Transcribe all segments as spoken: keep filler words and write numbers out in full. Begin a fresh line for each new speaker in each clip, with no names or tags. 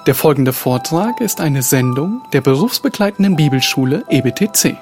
Der folgende Vortrag ist eine Sendung der berufsbegleitenden Bibelschule E B T C.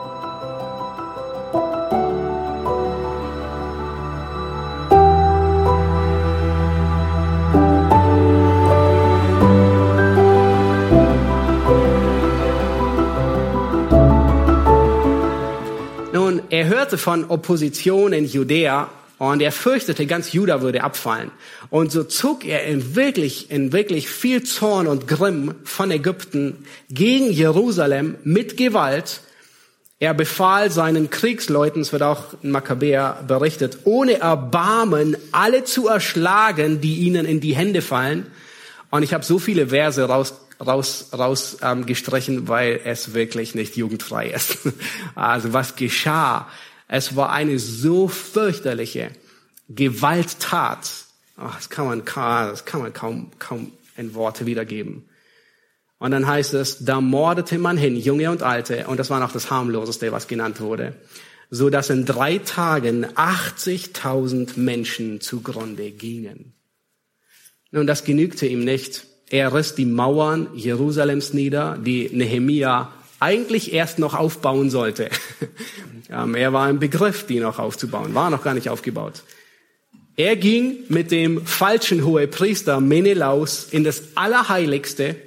Nun, er hörte von Opposition in Judäa und er fürchtete, ganz Juda würde abfallen. Und so zog er in wirklich, in wirklich viel Zorn und Grimm von Ägypten gegen Jerusalem mit Gewalt. Er befahl seinen Kriegsleuten, es wird auch in Makkabäer berichtet, ohne Erbarmen alle zu erschlagen, die ihnen in die Hände fallen. Und ich habe so viele Verse raus raus raus ähm, gestrichen, weil es wirklich nicht jugendfrei ist. Also was geschah? Es war eine so fürchterliche Gewalttat. Ach, das kann man, das kann man kaum, kaum in Worte wiedergeben. Und dann heißt es, da mordete man hin, Junge und Alte, und das war noch das harmloseste, was genannt wurde, so dass in drei Tagen achtzigtausend Menschen zugrunde gingen. Nun, das genügte ihm nicht. Er riss die Mauern Jerusalems nieder, die Nehemia eigentlich erst noch aufbauen sollte. Er war im Begriff, die noch aufzubauen, war noch gar nicht aufgebaut. Er ging mit dem falschen Hohepriester Menelaus in das Allerheiligste.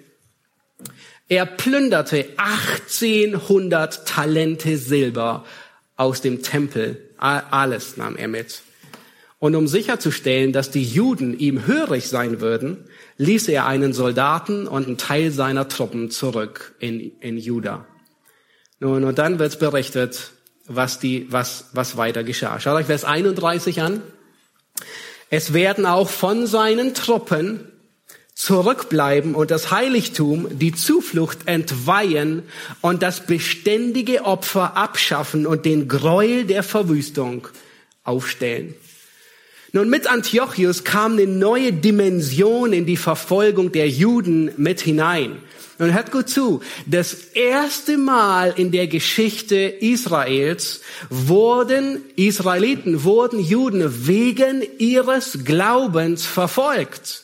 Er plünderte achtzehnhundert Talente Silber aus dem Tempel. Alles nahm er mit. Und um sicherzustellen, dass die Juden ihm hörig sein würden, ließ er einen Soldaten und einen Teil seiner Truppen zurück in, in Juda. Nun, und dann wird berichtet, was die, was, was weiter geschah. Schaut euch Vers einunddreißig an. Es werden auch von seinen Truppen zurückbleiben und das Heiligtum, die Zuflucht entweihen und das beständige Opfer abschaffen und den Gräuel der Verwüstung aufstellen. Nun, mit Antiochus kam eine neue Dimension in die Verfolgung der Juden mit hinein. Und hört gut zu, das erste Mal in der Geschichte Israels wurden Israeliten, wurden Juden wegen ihres Glaubens verfolgt.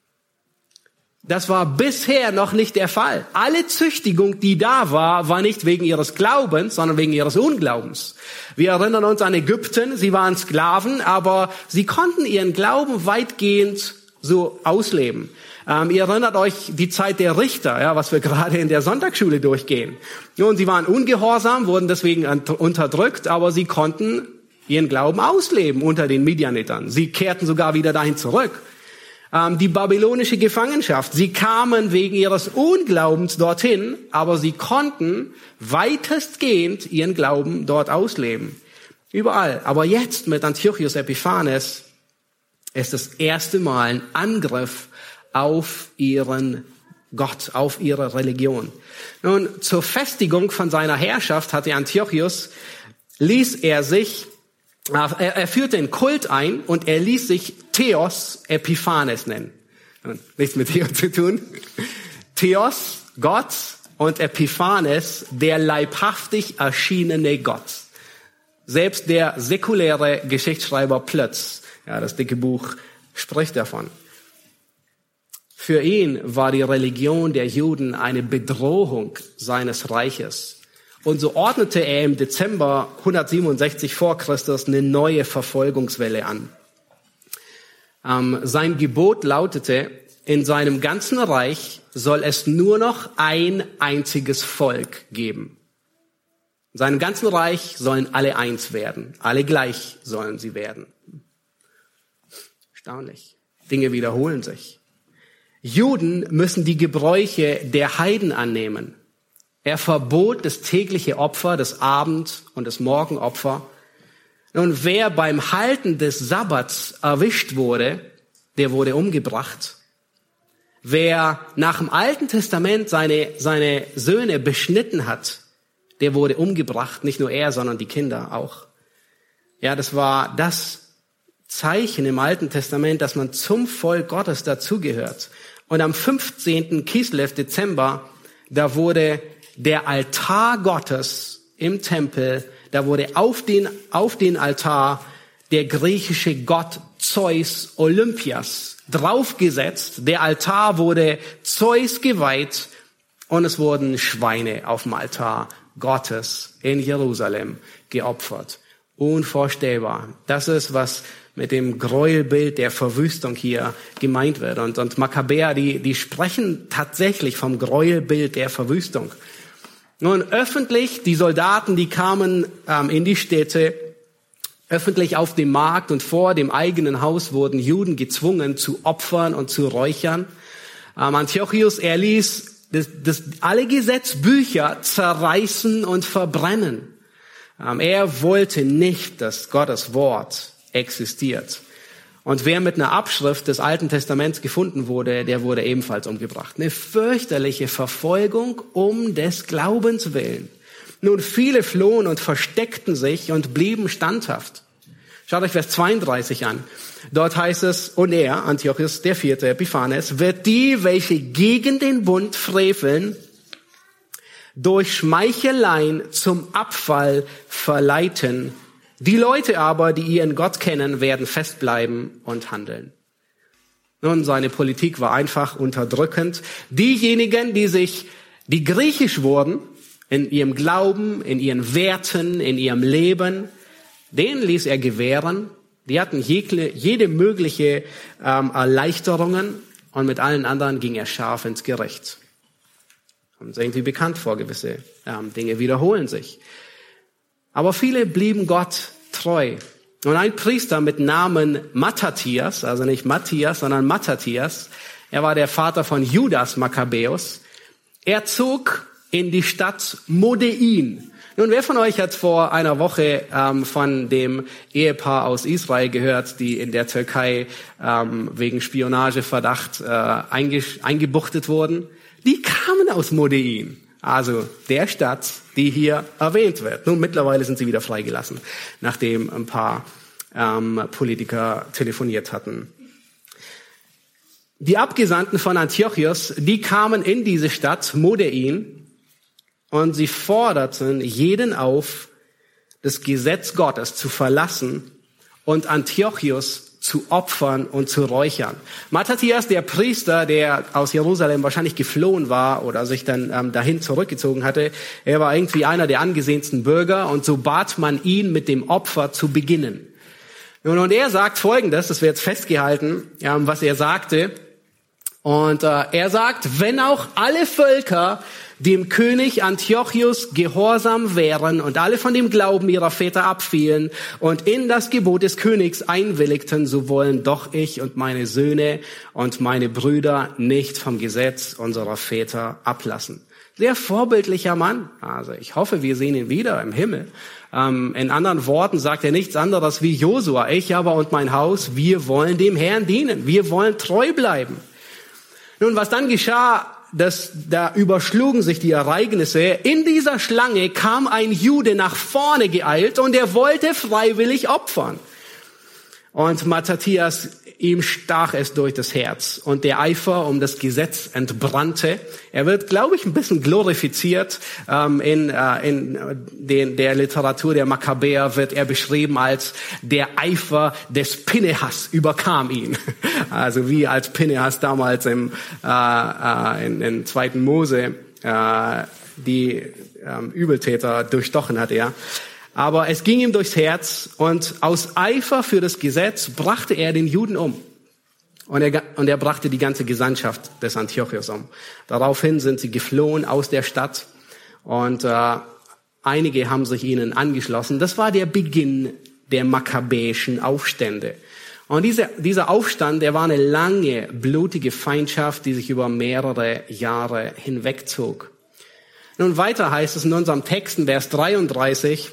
Das war bisher noch nicht der Fall. Alle Züchtigung, die da war, war nicht wegen ihres Glaubens, sondern wegen ihres Unglaubens. Wir erinnern uns an Ägypten, sie waren Sklaven, aber sie konnten ihren Glauben weitgehend so ausleben. Ähm, ihr erinnert euch die Zeit der Richter, ja, was wir gerade in der Sonntagsschule durchgehen. Und sie waren ungehorsam, wurden deswegen unterdrückt, aber sie konnten ihren Glauben ausleben unter den Midianitern. Sie kehrten sogar wieder dahin zurück. Ähm, die babylonische Gefangenschaft, sie kamen wegen ihres Unglaubens dorthin, aber sie konnten weitestgehend ihren Glauben dort ausleben. Überall. Aber jetzt mit Antiochus Epiphanes ist das erste Mal ein Angriff auf ihren Gott, auf ihre Religion. Nun, zur Festigung von seiner Herrschaft hatte Antiochus, ließ er sich, er, er führte einen Kult ein und er ließ sich Theos Epiphanes nennen. Nichts mit Theo zu tun. Theos, Gott, und Epiphanes, der leibhaftig erschienene Gott. Selbst der säkuläre Geschichtsschreiber Plötz, ja, das dicke Buch, spricht davon. Für ihn war die Religion der Juden eine Bedrohung seines Reiches. Und so ordnete er im Dezember hundertsiebenundsechzig vor Christus eine neue Verfolgungswelle an. Ähm, sein Gebot lautete, in seinem ganzen Reich soll es nur noch ein einziges Volk geben. In seinem ganzen Reich sollen alle eins werden. Alle gleich sollen sie werden. Erstaunlich. Dinge wiederholen sich. Juden müssen die Gebräuche der Heiden annehmen. Er verbot das tägliche Opfer, das Abend- und das Morgenopfer. Nun, wer beim Halten des Sabbats erwischt wurde, der wurde umgebracht. Wer nach dem Alten Testament seine, seine Söhne beschnitten hat, der wurde umgebracht. Nicht nur er, sondern die Kinder auch. Ja, das war das Zeichen im Alten Testament, dass man zum Volk Gottes dazugehört. Und am fünfzehnten Kislev Dezember, da wurde der Altar Gottes im Tempel, da wurde auf den, auf den Altar der griechische Gott Zeus Olympias draufgesetzt. Der Altar wurde Zeus geweiht und es wurden Schweine auf dem Altar Gottes in Jerusalem geopfert. Unvorstellbar. Das ist, was mit dem Gräuelbild der Verwüstung hier gemeint wird. Und, und Makkabäer, die, die sprechen tatsächlich vom Gräuelbild der Verwüstung. Nun, öffentlich, die Soldaten, die kamen ähm, in die Städte, öffentlich auf dem Markt und vor dem eigenen Haus wurden Juden gezwungen zu opfern und zu räuchern. Ähm, Antiochus, er ließ das, das, alle Gesetzbücher zerreißen und verbrennen. Ähm, er wollte nicht, dass Gottes Wort existiert. Und wer mit einer Abschrift des Alten Testaments gefunden wurde, der wurde ebenfalls umgebracht. Eine fürchterliche Verfolgung um des Glaubens willen. Nun, viele flohen und versteckten sich und blieben standhaft. Schaut euch Vers zweiunddreißig an. Dort heißt es, und er, Antiochus der Vierte, Epiphanes, wird die, welche gegen den Bund freveln, durch Schmeicheleien zum Abfall verleiten. Die Leute aber, die ihren Gott kennen, werden festbleiben und handeln. Nun, seine Politik war einfach unterdrückend. Diejenigen, die sich, die griechisch wurden, in ihrem Glauben, in ihren Werten, in ihrem Leben, denen ließ er gewähren. Die hatten jede, jede mögliche ähm, Erleichterungen und mit allen anderen ging er scharf ins Gericht. Und irgendwie bekannt vor, gewisse ähm, Dinge wiederholen sich. Aber viele blieben Gott treu. Und ein Priester mit Namen Matthathias, also nicht Matthias, sondern Matthathias, er war der Vater von Judas Makkabäus, er zog in die Stadt Modein. Nun, wer von euch hat vor einer Woche ähm, von dem Ehepaar aus Israel gehört, die in der Türkei ähm, wegen Spionageverdacht äh, einge- eingebuchtet wurden? Die kamen aus Modein. Also der Stadt, die hier erwähnt wird. Nun, mittlerweile sind sie wieder freigelassen, nachdem ein paar ähm, Politiker telefoniert hatten. Die Abgesandten von Antiochus, die kamen in diese Stadt, Modein, und sie forderten jeden auf, das Gesetz Gottes zu verlassen und Antiochus zu opfern und zu räuchern. Matthathias, der Priester, der aus Jerusalem wahrscheinlich geflohen war oder sich dann ähm, dahin zurückgezogen hatte, er war irgendwie einer der angesehensten Bürger und so bat man ihn, mit dem Opfer zu beginnen. Und, und er sagt Folgendes, das wird jetzt festgehalten, ähm, was er sagte. Und äh, er sagt, wenn auch alle Völker dem König Antiochus gehorsam wären und alle von dem Glauben ihrer Väter abfielen und in das Gebot des Königs einwilligten, so wollen doch ich und meine Söhne und meine Brüder nicht vom Gesetz unserer Väter ablassen. Sehr vorbildlicher Mann. Also ich hoffe, wir sehen ihn wieder im Himmel. Ähm, in anderen Worten sagt er nichts anderes wie Josua. Ich aber und mein Haus, wir wollen dem Herrn dienen. Wir wollen treu bleiben. Nun, was dann geschah, das, da überschlugen sich die Ereignisse. In dieser Schlange kam ein Jude nach vorne geeilt und er wollte freiwillig opfern. Und Matthathias, ihm stach es durch das Herz und der Eifer um das Gesetz entbrannte. Er wird, glaube ich, ein bisschen glorifiziert. Ähm, in äh, in den, der Literatur der Makkabäer wird er beschrieben als der Eifer des Pinehas überkam ihn. Also wie als Pinehas damals im äh, äh, in, in zweiten Mose äh, die äh, Übeltäter durchstochen hat er. Aber es ging ihm durchs Herz und aus Eifer für das Gesetz brachte er den Juden um. Und er, und er brachte die ganze Gesandtschaft des Antiochus um. Daraufhin sind sie geflohen aus der Stadt und äh, einige haben sich ihnen angeschlossen. Das war der Beginn der makkabäischen Aufstände. Und diese, dieser Aufstand, der war eine lange, blutige Feindschaft, die sich über mehrere Jahre hinwegzog. Nun weiter heißt es in unserem Text in Vers dreiunddreißig,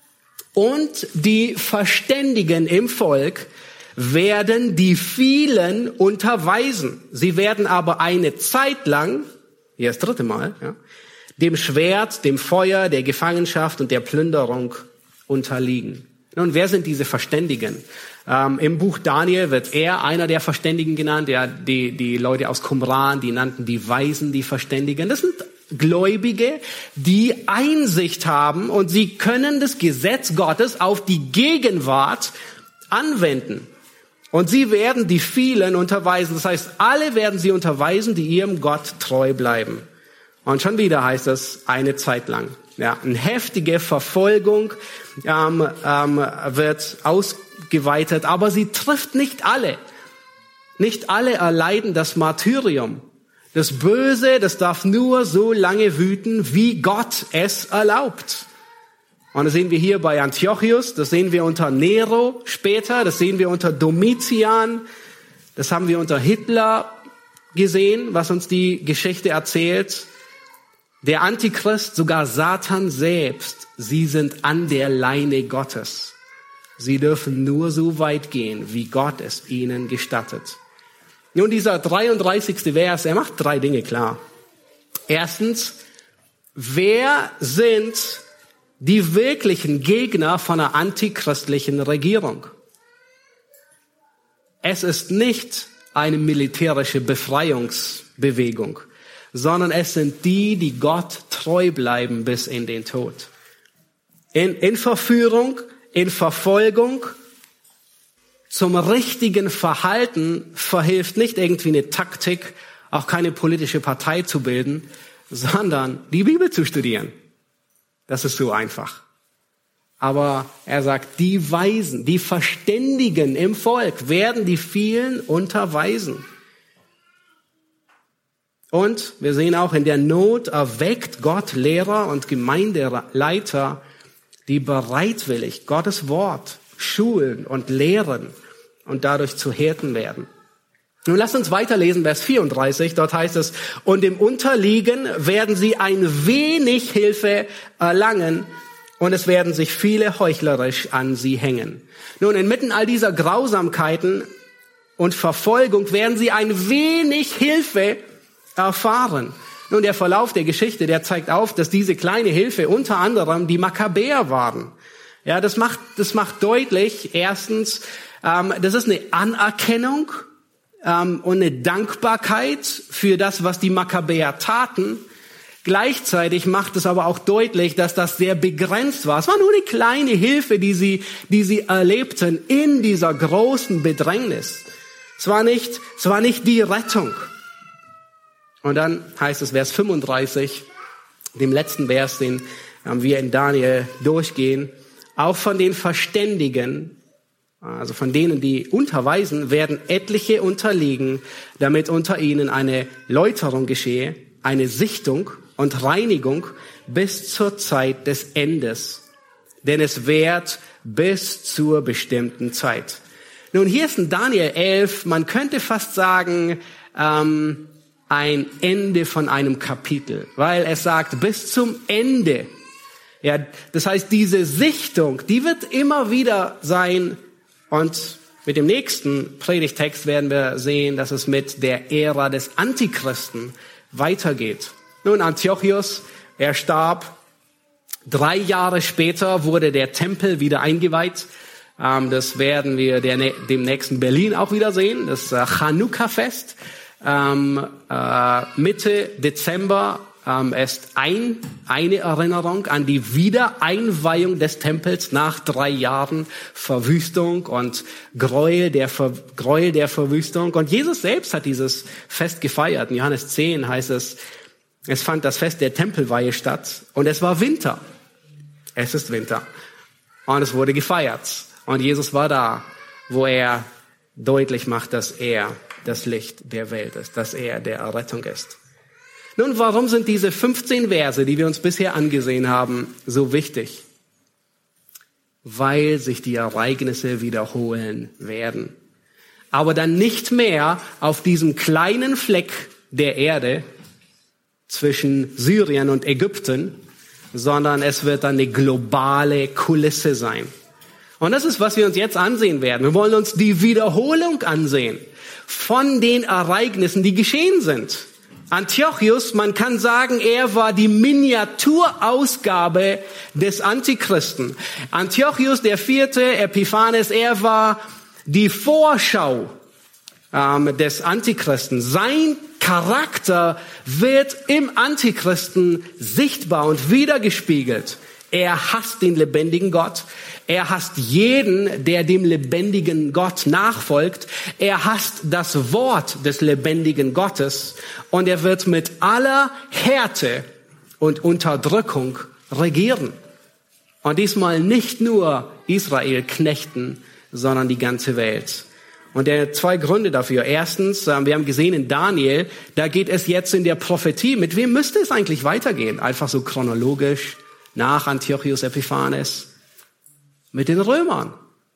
und die Verständigen im Volk werden die vielen unterweisen. Sie werden aber eine Zeit lang, hier das dritte Mal, ja, dem Schwert, dem Feuer, der Gefangenschaft und der Plünderung unterliegen. Nun, wer sind diese Verständigen? Ähm, Im Buch Daniel wird er einer der Verständigen genannt. Ja, die, die Leute aus Qumran, die nannten die Weisen die Verständigen. Das sind Gläubige, die Einsicht haben und sie können das Gesetz Gottes auf die Gegenwart anwenden. Und sie werden die vielen unterweisen. Das heißt, alle werden sie unterweisen, die ihrem Gott treu bleiben. Und schon wieder heißt es eine Zeit lang. Ja, eine heftige Verfolgung ähm, ähm, wird ausgeweitet, aber sie trifft nicht alle. Nicht alle erleiden das Martyrium. Das Böse, das darf nur so lange wüten, wie Gott es erlaubt. Und das sehen wir hier bei Antiochus, das sehen wir unter Nero später, das sehen wir unter Domitian, das haben wir unter Hitler gesehen, was uns die Geschichte erzählt. Der Antichrist, sogar Satan selbst, sie sind an der Leine Gottes. Sie dürfen nur so weit gehen, wie Gott es ihnen gestattet. Nun, dieser dreiunddreißigste Vers, er macht drei Dinge klar. Erstens, wer sind die wirklichen Gegner von einer antichristlichen Regierung? Es ist nicht eine militärische Befreiungsbewegung, sondern es sind die, die Gott treu bleiben bis in den Tod. In, in Verführung, in Verfolgung, zum richtigen Verhalten verhilft nicht irgendwie eine Taktik, auch keine politische Partei zu bilden, sondern die Bibel zu studieren. Das ist so einfach. Aber er sagt, die Weisen, die Verständigen im Volk werden die vielen unterweisen. Und wir sehen auch, in der Not erweckt Gott Lehrer und Gemeindeleiter, die bereitwillig Gottes Wort schulen und lehren und dadurch zu Hirten werden. Nun lasst uns weiterlesen, Vers vierunddreißig, dort heißt es, und im Unterliegen werden sie ein wenig Hilfe erlangen und es werden sich viele heuchlerisch an sie hängen. Nun, inmitten all dieser Grausamkeiten und Verfolgung werden sie ein wenig Hilfe erfahren. Nun, der Verlauf der Geschichte, der zeigt auf, dass diese kleine Hilfe unter anderem die Makkabäer waren. Ja, das macht, das macht deutlich, erstens, ähm, das ist eine Anerkennung ähm, und eine Dankbarkeit für das, was die Makkabäer taten. Gleichzeitig macht es aber auch deutlich, dass das sehr begrenzt war. Es war nur eine kleine Hilfe, die sie, die sie erlebten in dieser großen Bedrängnis. Es war nicht, es war nicht die Rettung. Und dann heißt es, Vers fünfunddreißig, dem letzten Vers, den wir in Daniel durchgehen, auch von den Verständigen, also von denen, die unterweisen, werden etliche unterliegen, damit unter ihnen eine Läuterung geschehe, eine Sichtung und Reinigung bis zur Zeit des Endes. Denn es währt bis zur bestimmten Zeit. Nun, hier ist in Daniel elf, man könnte fast sagen, ähm, ein Ende von einem Kapitel, weil es sagt, bis zum Ende. Ja, das heißt, diese Sichtung, die wird immer wieder sein. Und mit dem nächsten Predigtext werden wir sehen, dass es mit der Ära des Antichristen weitergeht. Nun, Antiochus, er starb. Drei Jahre später wurde der Tempel wieder eingeweiht. Ähm, das werden wir der, demnächst in Berlin auch wieder sehen, das äh, Chanukka-Fest. Ähm, äh, Mitte Dezember ähm, ist ein, eine Erinnerung an die Wiedereinweihung des Tempels nach drei Jahren Verwüstung und Gräuel der, Ver, Gräuel der Verwüstung. Und Jesus selbst hat dieses Fest gefeiert. In Johannes zehn heißt es, es fand das Fest der Tempelweihe statt und es war Winter. Es ist Winter. Und es wurde gefeiert. Und Jesus war da, wo er deutlich macht, dass er das Licht der Welt ist, dass er der Errettung ist. Nun, warum sind diese fünfzehn Verse, die wir uns bisher angesehen haben, so wichtig? Weil sich die Ereignisse wiederholen werden. Aber dann nicht mehr auf diesem kleinen Fleck der Erde zwischen Syrien und Ägypten, sondern es wird dann eine globale Kulisse sein. Und das ist, was wir uns jetzt ansehen werden. Wir wollen uns die Wiederholung ansehen von den Ereignissen, die geschehen sind. Antiochus, man kann sagen, er war die Miniaturausgabe des Antichristen. Antiochus, der vierte, Epiphanes, er war die Vorschau ähm, des Antichristen. Sein Charakter wird im Antichristen sichtbar und wiedergespiegelt Er hasst den lebendigen Gott. Er hasst jeden, der dem lebendigen Gott nachfolgt. Er hasst das Wort des lebendigen Gottes. Und er wird mit aller Härte und Unterdrückung regieren. Und diesmal nicht nur Israel knechten, sondern die ganze Welt. Und er hat zwei Gründe dafür. Erstens, wir haben gesehen in Daniel, da geht es jetzt in der Prophetie. Mit wem müsste es eigentlich weitergehen? Einfach so chronologisch nach Antiochus Epiphanes. Mit den Römern.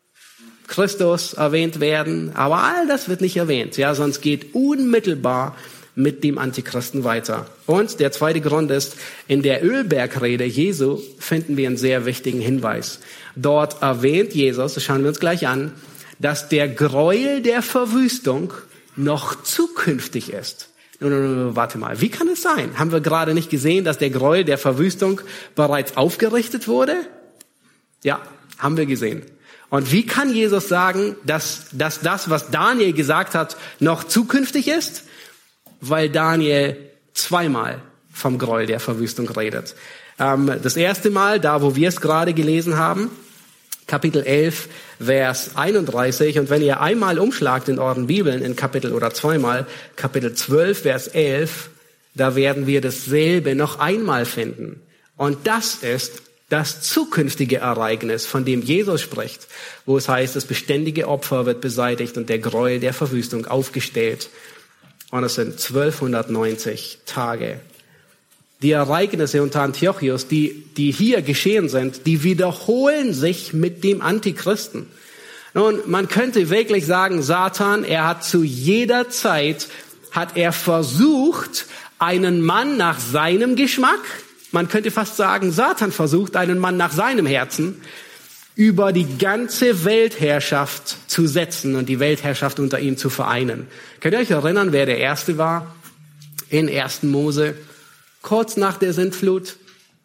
Christus erwähnt werden, aber all das wird nicht erwähnt. Ja, sonst geht unmittelbar mit dem Antichristen weiter. Und der zweite Grund ist, in der Ölbergrede Jesu finden wir einen sehr wichtigen Hinweis. Dort erwähnt Jesus, das schauen wir uns gleich an, dass der Gräuel der Verwüstung noch zukünftig ist. Nun, nun, nun, warte mal, wie kann es sein? Haben wir gerade nicht gesehen, dass der Gräuel der Verwüstung bereits aufgerichtet wurde? Ja, haben wir gesehen. Und wie kann Jesus sagen, dass, dass das, was Daniel gesagt hat, noch zukünftig ist? Weil Daniel zweimal vom Gräuel der Verwüstung redet. Ähm, das erste Mal, da wo wir es gerade gelesen haben, Kapitel elf, Vers einunddreißig. Und wenn ihr einmal umschlagt in euren Bibeln in Kapitel oder zweimal, Kapitel zwölf, Vers elf, da werden wir dasselbe noch einmal finden. Und das ist das zukünftige Ereignis, von dem Jesus spricht, wo es heißt, das beständige Opfer wird beseitigt und der Gräuel der Verwüstung aufgestellt. Und es sind zwölfhundertneunzig Tage. Die Ereignisse unter Antiochus, die, die hier geschehen sind, die wiederholen sich mit dem Antichristen. Nun, man könnte wirklich sagen, Satan, er hat zu jeder Zeit, hat er versucht, einen Mann nach seinem Geschmack, man könnte fast sagen, Satan versucht, einen Mann nach seinem Herzen, über die ganze Weltherrschaft zu setzen und die Weltherrschaft unter ihm zu vereinen. Könnt ihr euch erinnern, wer der Erste war? In ersten Mose. Kurz nach der Sintflut,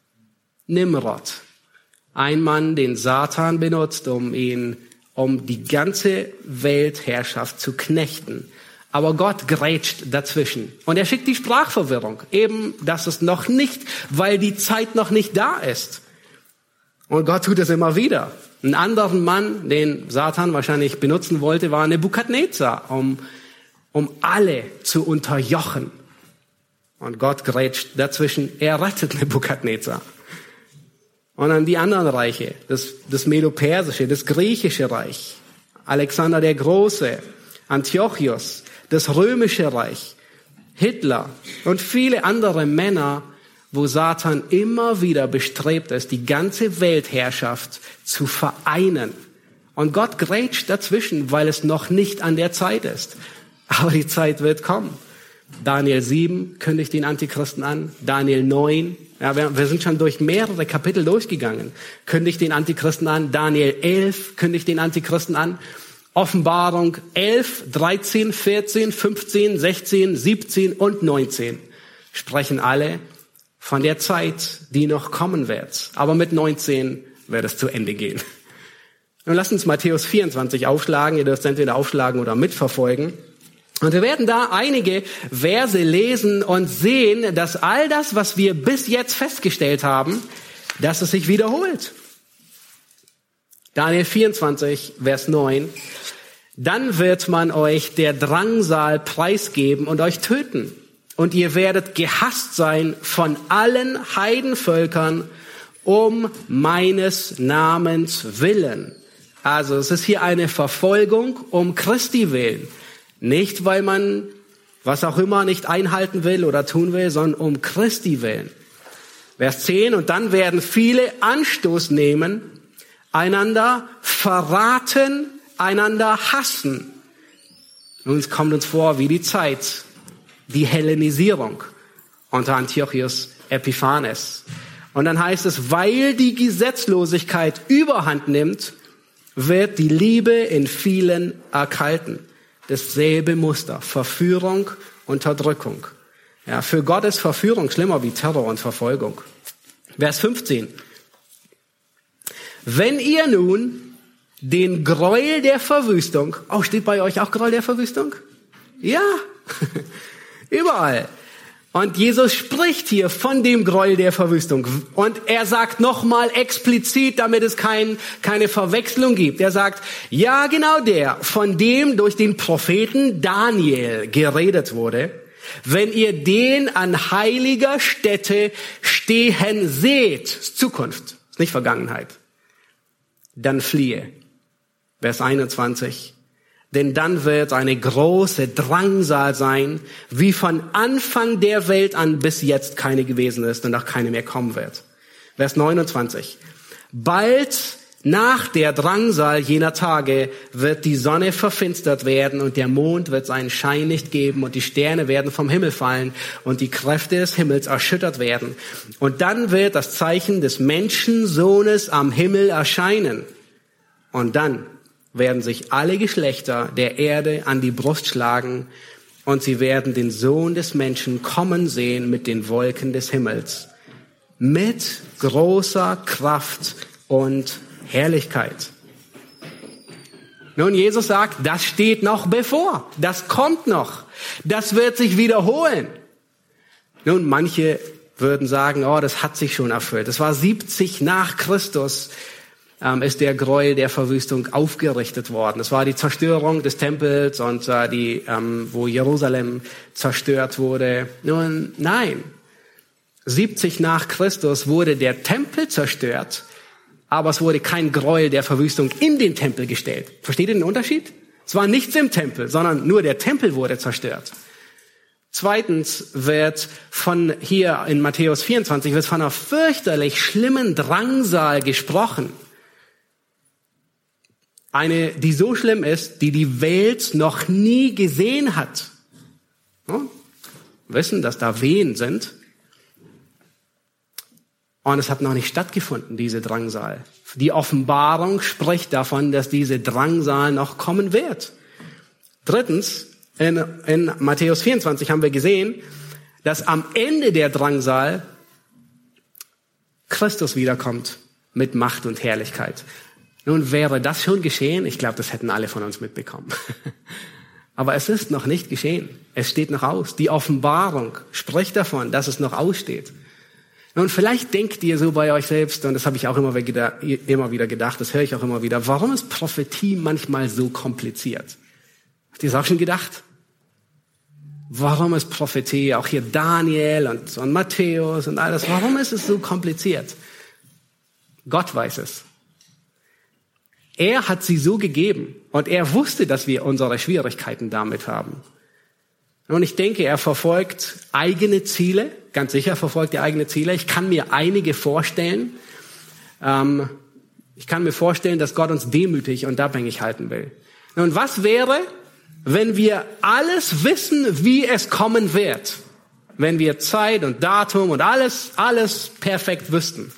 Nimrod. Ein Mann, den Satan benutzt, um ihn, um die ganze Weltherrschaft zu knechten. Aber Gott grätscht dazwischen. Und er schickt die Sprachverwirrung. Eben, dass es noch nicht, weil die Zeit noch nicht da ist. Und Gott tut es immer wieder. Ein anderer Mann, den Satan wahrscheinlich benutzen wollte, war Nebukadnezar, um, um alle zu unterjochen. Und Gott grätscht dazwischen, er rettet Nebukadnezar. Und dann die anderen Reiche, das, das Medo-Persische, das Griechische Reich, Alexander der Große, Antiochus, das Römische Reich, Hitler und viele andere Männer, wo Satan immer wieder bestrebt ist, die ganze Weltherrschaft zu vereinen. Und Gott grätscht dazwischen, weil es noch nicht an der Zeit ist. Aber die Zeit wird kommen. Daniel sieben kündigt den Antichristen an. Daniel neun, ja, wir, wir sind schon durch mehrere Kapitel durchgegangen, kündigt den Antichristen an. Daniel elf kündigt den Antichristen an. Offenbarung elf, dreizehn, vierzehn, fünfzehn, sechzehn, siebzehn und neunzehn sprechen alle von der Zeit, die noch kommen wird. Aber mit neunzehn wird es zu Ende gehen. Nun lasst uns Matthäus vierundzwanzig aufschlagen. Ihr dürft entweder aufschlagen oder mitverfolgen. Und wir werden da einige Verse lesen und sehen, dass all das, was wir bis jetzt festgestellt haben, dass es sich wiederholt. Daniel vierundzwanzig, Vers neun. Dann wird man euch der Drangsal preisgeben und euch töten. Und ihr werdet gehasst sein von allen Heidenvölkern um meines Namens willen. Also es ist hier eine Verfolgung um Christi willen. Nicht, weil man was auch immer nicht einhalten will oder tun will, sondern um Christi willen. Vers zehn, und dann werden viele Anstoß nehmen, einander verraten, einander hassen. Nun kommt uns vor wie die Zeit, die Hellenisierung unter Antiochus Epiphanes. Und dann heißt es, weil die Gesetzlosigkeit überhand nimmt, wird die Liebe in vielen erkalten. Dasselbe Muster, Verführung, Unterdrückung. Ja, für Gott ist Verführung schlimmer wie Terror und Verfolgung. Vers fünfzehn. Wenn ihr nun den Gräuel der Verwüstung, oh, steht bei euch auch Gräuel der Verwüstung? Ja, überall. Und Jesus spricht hier von dem Gräuel der Verwüstung. Und er sagt nochmal explizit, damit es kein, keine Verwechslung gibt. Er sagt, ja, genau der, von dem durch den Propheten Daniel geredet wurde. Wenn ihr den an heiliger Stätte stehen seht, ist Zukunft, ist nicht Vergangenheit, dann fliehe. Vers einundzwanzig. Denn dann wird eine große Drangsal sein, wie von Anfang der Welt an bis jetzt keine gewesen ist und auch keine mehr kommen wird. Vers neunundzwanzig. Bald nach der Drangsal jener Tage wird die Sonne verfinstert werden und der Mond wird seinen Schein nicht geben und die Sterne werden vom Himmel fallen und die Kräfte des Himmels erschüttert werden. Und dann wird das Zeichen des Menschensohnes am Himmel erscheinen. Und dann werden sich alle Geschlechter der Erde an die Brust schlagen und sie werden den Sohn des Menschen kommen sehen mit den Wolken des Himmels, mit großer Kraft und Herrlichkeit. Nun, Jesus sagt, das steht noch bevor, das kommt noch, das wird sich wiederholen. Nun, manche würden sagen, oh, das hat sich schon erfüllt. Das war siebzig nach Christus. Ähm, ist der Gräuel der Verwüstung aufgerichtet worden. Das war die Zerstörung des Tempels und äh, die, ähm, wo Jerusalem zerstört wurde. Nun, nein. siebzig nach Christus wurde der Tempel zerstört, aber es wurde kein Gräuel der Verwüstung in den Tempel gestellt. Versteht ihr den Unterschied? Es war nichts im Tempel, sondern nur der Tempel wurde zerstört. Zweitens wird von hier in Matthäus vierundzwanzig wird von einer fürchterlich schlimmen Drangsal gesprochen. Eine, die so schlimm ist, die die Welt noch nie gesehen hat. Ja, wissen, dass da Wehen sind. Und es hat noch nicht stattgefunden, diese Drangsal. Die Offenbarung spricht davon, dass diese Drangsal noch kommen wird. Drittens, in, in Matthäus vierundzwanzig haben wir gesehen, dass am Ende der Drangsal Christus wiederkommt mit Macht und Herrlichkeit. Nun, wäre das schon geschehen? Ich glaube, das hätten alle von uns mitbekommen. Aber es ist noch nicht geschehen. Es steht noch aus. Die Offenbarung spricht davon, dass es noch aussteht. Nun, vielleicht denkt ihr so bei euch selbst, und das habe ich auch immer wieder, immer wieder gedacht, das höre ich auch immer wieder, warum ist Prophetie manchmal so kompliziert? Habt ihr das auch schon gedacht? Warum ist Prophetie, auch hier Daniel und, und Matthäus und alles, warum ist es so kompliziert? Gott weiß es. Er hat sie so gegeben und er wusste, dass wir unsere Schwierigkeiten damit haben. Und ich denke, er verfolgt eigene Ziele, ganz sicher verfolgt er eigene Ziele. Ich kann mir einige vorstellen. Ähm, ich kann mir vorstellen, dass Gott uns demütig und abhängig halten will. Nun, was wäre, wenn wir alles wissen, wie es kommen wird? Wenn wir Zeit und Datum und alles, alles perfekt wüssten.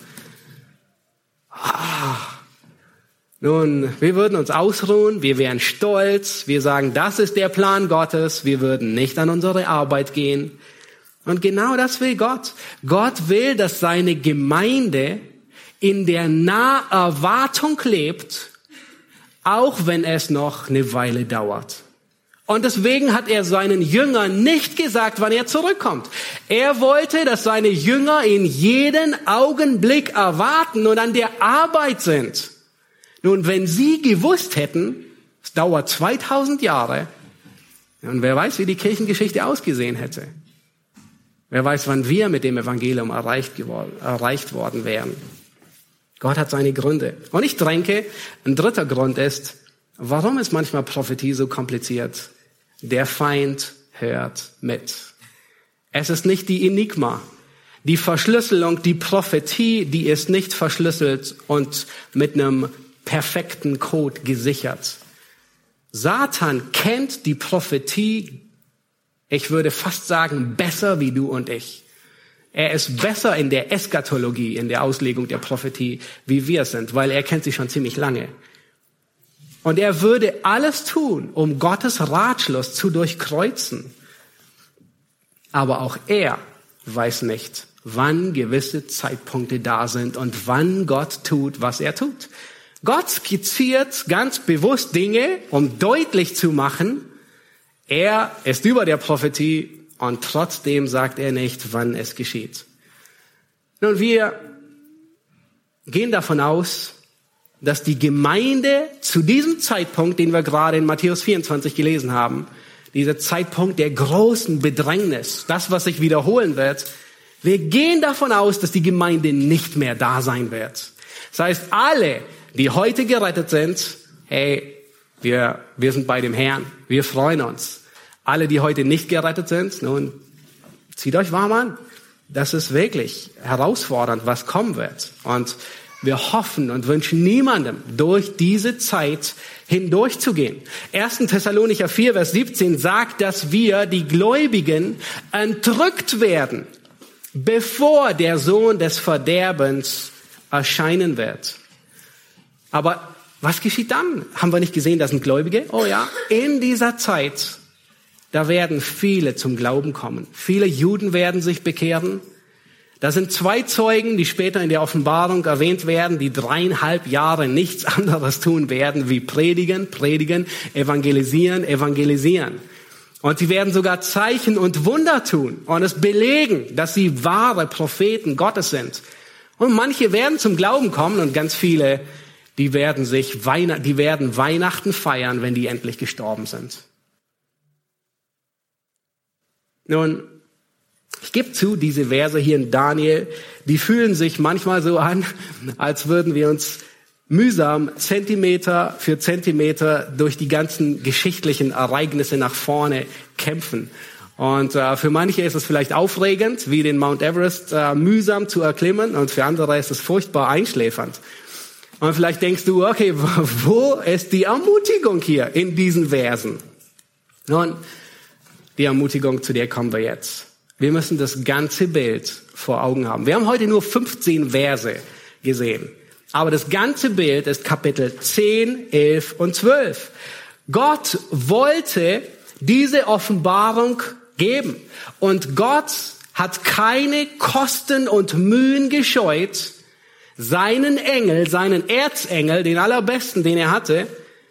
Ah. Nun, wir würden uns ausruhen, wir wären stolz, wir sagen, das ist der Plan Gottes, wir würden nicht an unsere Arbeit gehen. Und genau das will Gott. Gott will, dass seine Gemeinde in der Naherwartung lebt, auch wenn es noch eine Weile dauert. Und deswegen hat er seinen Jüngern nicht gesagt, wann er zurückkommt. Er wollte, dass seine Jünger ihn jeden Augenblick erwarten und an der Arbeit sind. Nun, wenn sie gewusst hätten, es dauert zweitausend Jahre, und wer weiß, wie die Kirchengeschichte ausgesehen hätte. Wer weiß, wann wir mit dem Evangelium erreicht, geworden, erreicht worden wären. Gott hat seine Gründe. Und ich denke, ein dritter Grund ist, warum ist manchmal Prophetie so kompliziert? Der Feind hört mit. Es ist nicht die Enigma. Die Verschlüsselung, die Prophetie, die ist nicht verschlüsselt und mit einem perfekten Code gesichert. Satan kennt die Prophetie, ich würde fast sagen, besser wie du und ich. Er ist besser in der Eschatologie, in der Auslegung der Prophetie, wie wir sind, weil er kennt sie schon ziemlich lange. Und er würde alles tun, um Gottes Ratschluss zu durchkreuzen. Aber auch er weiß nicht, wann gewisse Zeitpunkte da sind und wann Gott tut, was er tut. Gott skizziert ganz bewusst Dinge, um deutlich zu machen, er ist über der Prophetie und trotzdem sagt er nicht, wann es geschieht. Nun, wir gehen davon aus, dass die Gemeinde zu diesem Zeitpunkt, den wir gerade in Matthäus vierundzwanzig gelesen haben, dieser Zeitpunkt der großen Bedrängnis, das, was sich wiederholen wird, wir gehen davon aus, dass die Gemeinde nicht mehr da sein wird. Das heißt, alle, die heute gerettet sind, hey, wir, wir sind bei dem Herrn, wir freuen uns. Alle, die heute nicht gerettet sind, nun, zieht euch warm an. Das ist wirklich herausfordernd, was kommen wird. Und wir hoffen und wünschen niemandem, durch diese Zeit hindurchzugehen. erster Thessalonicher vier, Vers siebzehn sagt, dass wir, die Gläubigen, entrückt werden, bevor der Sohn des Verderbens erscheinen wird. Aber was geschieht dann? Haben wir nicht gesehen, das sind Gläubige? Oh ja, in dieser Zeit, da werden viele zum Glauben kommen. Viele Juden werden sich bekehren. Da sind zwei Zeugen, die später in der Offenbarung erwähnt werden, die dreieinhalb Jahre nichts anderes tun werden, wie predigen, predigen, evangelisieren, evangelisieren. Und sie werden sogar Zeichen und Wunder tun und es belegen, dass sie wahre Propheten Gottes sind. Und manche werden zum Glauben kommen und ganz viele, die werden sich Weihn- die werden Weihnachten feiern, wenn die endlich gestorben sind. Nun, ich gebe zu, diese Verse hier in Daniel, die fühlen sich manchmal so an, als würden wir uns mühsam Zentimeter für Zentimeter durch die ganzen geschichtlichen Ereignisse nach vorne kämpfen. Und äh, für manche ist es vielleicht aufregend, wie den Mount Everest äh, mühsam zu erklimmen, und für andere ist es furchtbar einschläfernd. Und vielleicht denkst du, okay, wo ist die Ermutigung hier in diesen Versen? Nun, die Ermutigung, zu der kommen wir jetzt. Wir müssen das ganze Bild vor Augen haben. Wir haben heute nur fünfzehn Verse gesehen. Aber das ganze Bild ist Kapitel zehn, elf und zwölf. Gott wollte diese Offenbarung geben. Und Gott hat keine Kosten und Mühen gescheut, seinen Engel, seinen Erzengel, den allerbesten, den er hatte,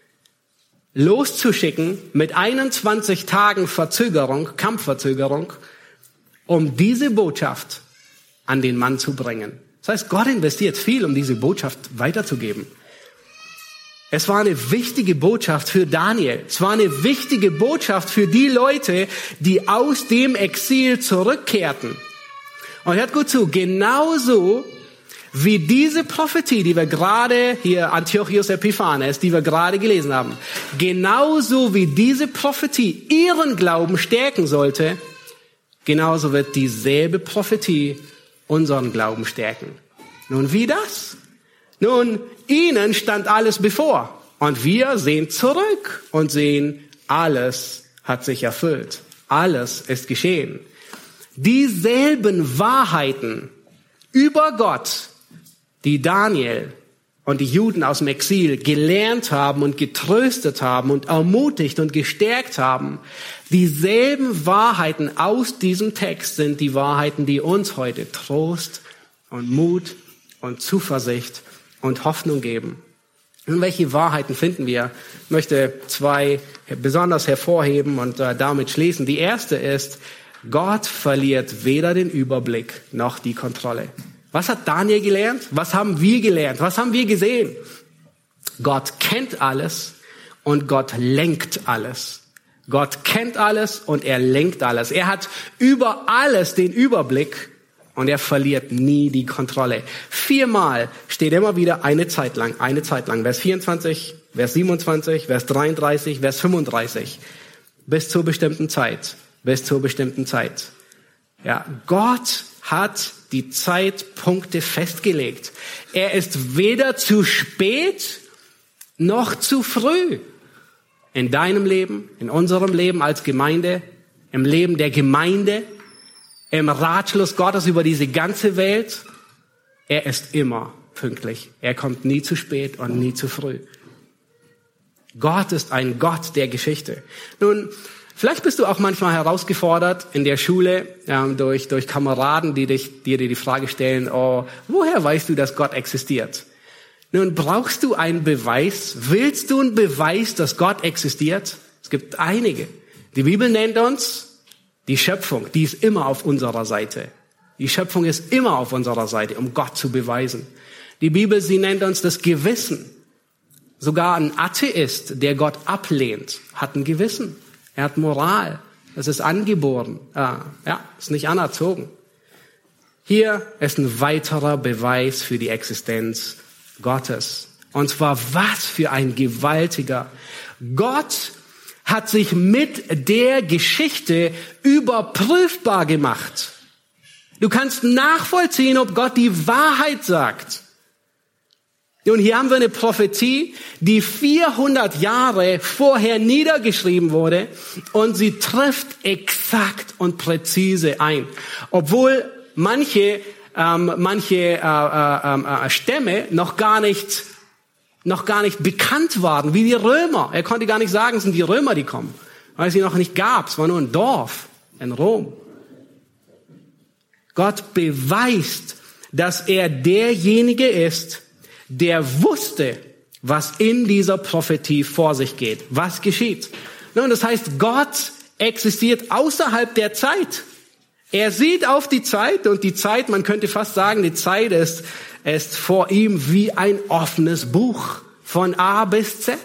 loszuschicken mit einundzwanzig Tagen Verzögerung, Kampfverzögerung, um diese Botschaft an den Mann zu bringen. Das heißt, Gott investiert viel, um diese Botschaft weiterzugeben. Es war eine wichtige Botschaft für Daniel. Es war eine wichtige Botschaft für die Leute, die aus dem Exil zurückkehrten. Und hört gut zu, genauso wie diese Prophetie, die wir gerade hier, Antiochus Epiphanes, die wir gerade gelesen haben, genauso wie diese Prophetie ihren Glauben stärken sollte, genauso wird dieselbe Prophetie unseren Glauben stärken. Nun, wie das? Nun, ihnen stand alles bevor. Und wir sehen zurück und sehen, alles hat sich erfüllt. Alles ist geschehen. Dieselben Wahrheiten über Gott, die Daniel und die Juden aus dem Exil gelernt haben und getröstet haben und ermutigt und gestärkt haben, dieselben Wahrheiten aus diesem Text sind die Wahrheiten, die uns heute Trost und Mut und Zuversicht und Hoffnung geben. Und welche Wahrheiten finden wir? Ich möchte zwei besonders hervorheben und äh, damit schließen. Die erste ist, Gott verliert weder den Überblick noch die Kontrolle. Was hat Daniel gelernt? Was haben wir gelernt? Was haben wir gesehen? Gott kennt alles und Gott lenkt alles. Gott kennt alles und er lenkt alles. Er hat über alles den Überblick und er verliert nie die Kontrolle. Viermal steht immer wieder eine Zeit lang, eine Zeit lang. Vers vierundzwanzig, Vers siebenundzwanzig, Vers dreiunddreißig, Vers fünfunddreißig. Bis zur bestimmten Zeit. Bis zur bestimmten Zeit. Ja, Gott hat die Zeitpunkte festgelegt. Er ist weder zu spät noch zu früh. In deinem Leben, in unserem Leben als Gemeinde, im Leben der Gemeinde, im Ratschluss Gottes über diese ganze Welt. Er ist immer pünktlich. Er kommt nie zu spät und nie zu früh. Gott ist ein Gott der Geschichte. Nun, vielleicht bist du auch manchmal herausgefordert in der Schule ähm, durch durch Kameraden, die dich, die dir die Frage stellen: Oh, woher weißt du, dass Gott existiert? Nun, brauchst du einen Beweis? Willst du einen Beweis, dass Gott existiert? Es gibt einige. Die Bibel nennt uns Die Schöpfung, die ist immer auf unserer Seite. Die Schöpfung ist immer auf unserer Seite, um Gott zu beweisen. Die Bibel, sie nennt uns das Gewissen. Sogar ein Atheist, der Gott ablehnt, hat ein Gewissen. Er hat Moral. Das ist angeboren. Ah, ja, ist nicht anerzogen. Hier ist ein weiterer Beweis für die Existenz Gottes. Und zwar was für ein gewaltiger. Gott hat sich mit der Geschichte überprüfbar gemacht. Du kannst nachvollziehen, ob Gott die Wahrheit sagt. Und hier haben wir eine Prophetie, die vierhundert Jahre vorher niedergeschrieben wurde und sie trifft exakt und präzise ein. Obwohl manche, ähm, manche äh, äh, äh, Stämme noch gar nicht noch gar nicht bekannt waren, wie die Römer. Er konnte gar nicht sagen, es sind die Römer, die kommen, weil es sie noch nicht gab. Es war nur ein Dorf in Rom. Gott beweist, dass er derjenige ist, der wusste, was in dieser Prophetie vor sich geht, was geschieht. Nun, das heißt, Gott existiert außerhalb der Zeit. Er sieht auf die Zeit und die Zeit, man könnte fast sagen, die Zeit ist, ist vor ihm wie ein offenes Buch von A bis Z.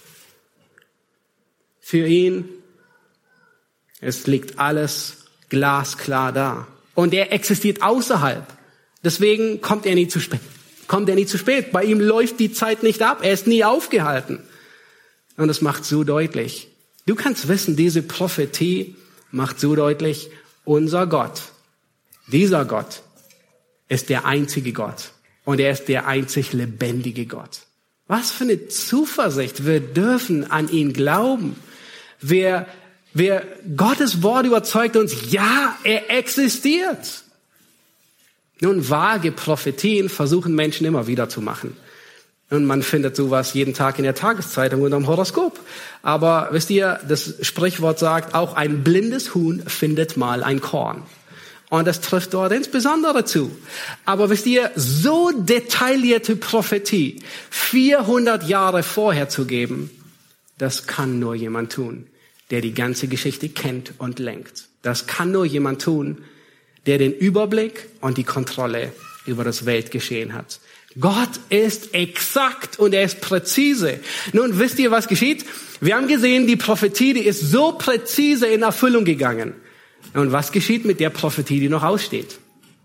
Für ihn, es liegt alles glasklar da. Und er existiert außerhalb. Deswegen kommt er nie zu spät. Kommt er nie zu spät. Bei ihm läuft die Zeit nicht ab. Er ist nie aufgehalten. Und das macht so deutlich. Du kannst wissen, diese Prophetie macht so deutlich, unser Gott, dieser Gott, ist der einzige Gott. Und er ist der einzig lebendige Gott. Was für eine Zuversicht. Wir dürfen an ihn glauben. Wir, wir, Gottes Wort überzeugt uns, ja, er existiert. Nun, vage Prophetien versuchen Menschen immer wieder zu machen. Und man findet sowas jeden Tag in der Tageszeitung und am Horoskop. Aber wisst ihr, das Sprichwort sagt, auch ein blindes Huhn findet mal ein Korn. Und das trifft dort insbesondere zu. Aber wisst ihr, so detaillierte Prophetie vierhundert Jahre vorher zu geben, das kann nur jemand tun, der die ganze Geschichte kennt und lenkt. Das kann nur jemand tun, der den Überblick und die Kontrolle über das Weltgeschehen hat. Gott ist exakt und er ist präzise. Nun, wisst ihr, was geschieht? Wir haben gesehen, die Prophetie, die ist so präzise in Erfüllung gegangen. Und was geschieht mit der Prophetie, die noch aussteht?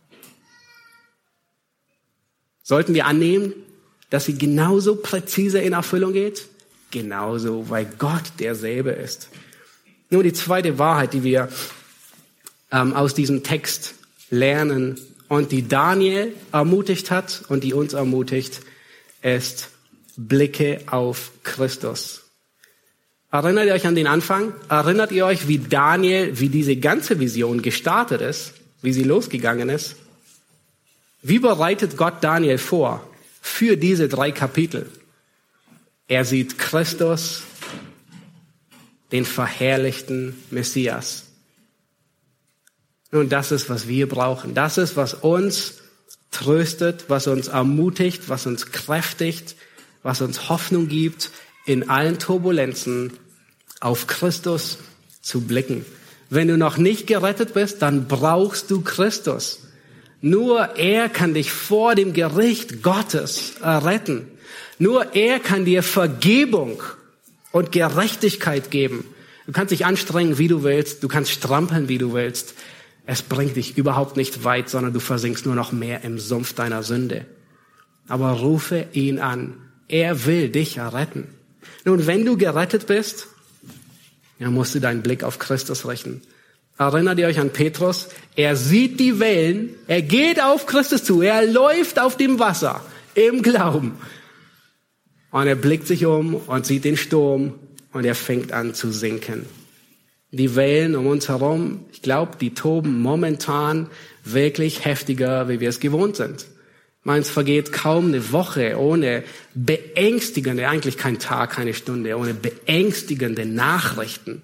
Sollten wir annehmen, dass sie genauso präzise in Erfüllung geht? Genauso, weil Gott derselbe ist. Nun, die zweite Wahrheit, die wir ähm, aus diesem Text lernen und die Daniel ermutigt hat und die uns ermutigt, ist Blicke auf Christus. Erinnert ihr euch an den Anfang? Erinnert ihr euch, wie Daniel, wie diese ganze Vision gestartet ist, wie sie losgegangen ist? Wie bereitet Gott Daniel vor für diese drei Kapitel? Er sieht Christus, den verherrlichten Messias. Nun, das ist, was wir brauchen. Das ist, was uns tröstet, was uns ermutigt, was uns kräftigt, was uns Hoffnung gibt, in allen Turbulenzen auf Christus zu blicken. Wenn du noch nicht gerettet bist, dann brauchst du Christus. Nur er kann dich vor dem Gericht Gottes retten. Nur er kann dir Vergebung und Gerechtigkeit geben. Du kannst dich anstrengen, wie du willst. Du kannst strampeln, wie du willst. Es bringt dich überhaupt nicht weit, sondern du versinkst nur noch mehr im Sumpf deiner Sünde. Aber rufe ihn an. Er will dich erretten. Nun, wenn du gerettet bist, dann musst du deinen Blick auf Christus richten. Erinnert ihr euch an Petrus? Er sieht die Wellen, er geht auf Christus zu, er läuft auf dem Wasser im Glauben. Und er blickt sich um und sieht den Sturm und er fängt an zu sinken. Die Wellen um uns herum, ich glaube, die toben momentan wirklich heftiger, wie wir es gewohnt sind. Meins vergeht kaum eine Woche ohne beängstigende, eigentlich kein Tag, keine Stunde, ohne beängstigende Nachrichten.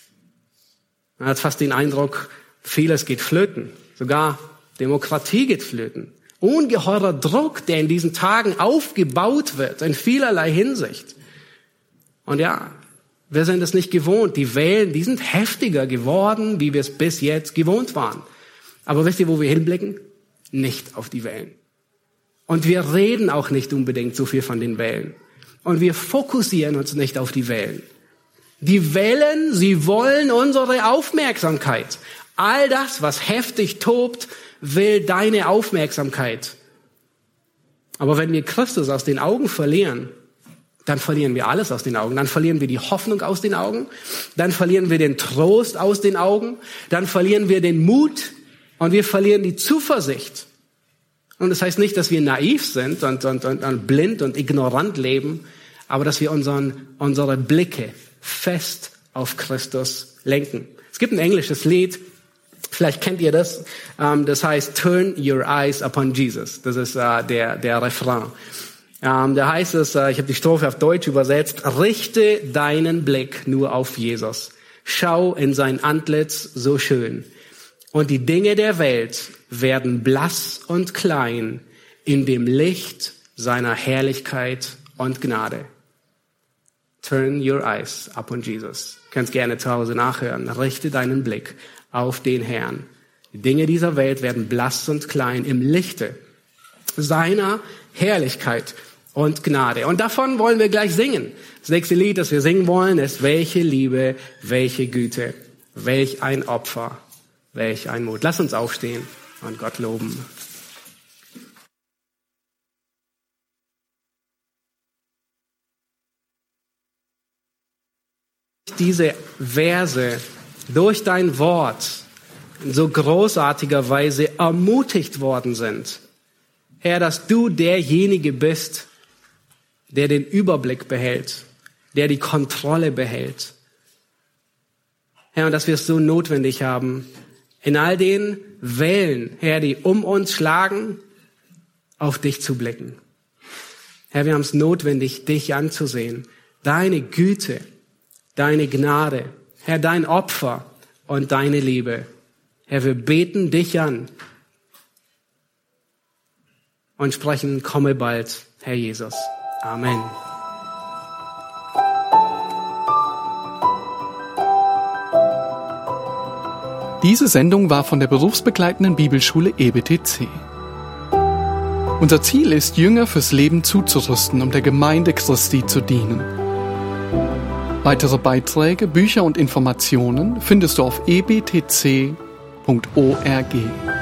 Man hat fast den Eindruck, vieles geht flöten. Sogar Demokratie geht flöten. Ungeheurer Druck, der in diesen Tagen aufgebaut wird, in vielerlei Hinsicht. Und ja, Wir sind es nicht gewohnt. Die Wellen, die sind heftiger geworden, wie wir es bis jetzt gewohnt waren. Aber wisst ihr, wo wir hinblicken? Nicht auf die Wellen. Und wir reden auch nicht unbedingt so viel von den Wellen. Und wir fokussieren uns nicht auf die Wellen. Die Wellen, sie wollen unsere Aufmerksamkeit. All das, was heftig tobt, will deine Aufmerksamkeit. Aber wenn wir Christus aus den Augen verlieren, dann verlieren wir alles aus den Augen. Dann verlieren wir die Hoffnung aus den Augen. Dann verlieren wir den Trost aus den Augen. Dann verlieren wir den Mut und wir verlieren die Zuversicht. Und das heißt nicht, dass wir naiv sind und, und, und, und blind und ignorant leben, aber dass wir unseren, unsere Blicke fest auf Christus lenken. Es gibt ein englisches Lied, vielleicht kennt ihr das, um, das heißt Turn Your Eyes Upon Jesus. Das ist uh, der, der Refrain. Um, da heißt es, uh, ich habe die Strophe auf Deutsch übersetzt, richte deinen Blick nur auf Jesus. Schau in sein Antlitz so schön. Und die Dinge der Welt werden blass und klein in dem Licht seiner Herrlichkeit und Gnade. Turn your eyes upon Jesus. Du kannst gerne zu Hause nachhören. Richte deinen Blick auf den Herrn. Die Dinge dieser Welt werden blass und klein im Lichte seiner Herrlichkeit und Gnade. Und davon wollen wir gleich singen. Das nächste Lied, das wir singen wollen, ist welche Liebe, welche Güte, welch ein Opfer, welch ein Mut. Lass uns aufstehen und Gott loben. Diese Verse durch dein Wort in so großartiger Weise ermutigt worden sind. Herr, dass du derjenige bist, der den Überblick behält, der die Kontrolle behält. Herr, und dass wir es so notwendig haben, in all den Wellen, Herr, die um uns schlagen, auf dich zu blicken. Herr, wir haben es notwendig, dich anzusehen. Deine Güte, deine Gnade, Herr, dein Opfer und deine Liebe. Herr, wir beten dich an und sprechen, komme bald, Herr Jesus. Amen.
Diese Sendung war von der berufsbegleitenden Bibelschule E B T C. Unser Ziel ist, Jünger fürs Leben zuzurüsten, um der Gemeinde Christi zu dienen. Weitere Beiträge, Bücher und Informationen findest du auf e b t c punkt org.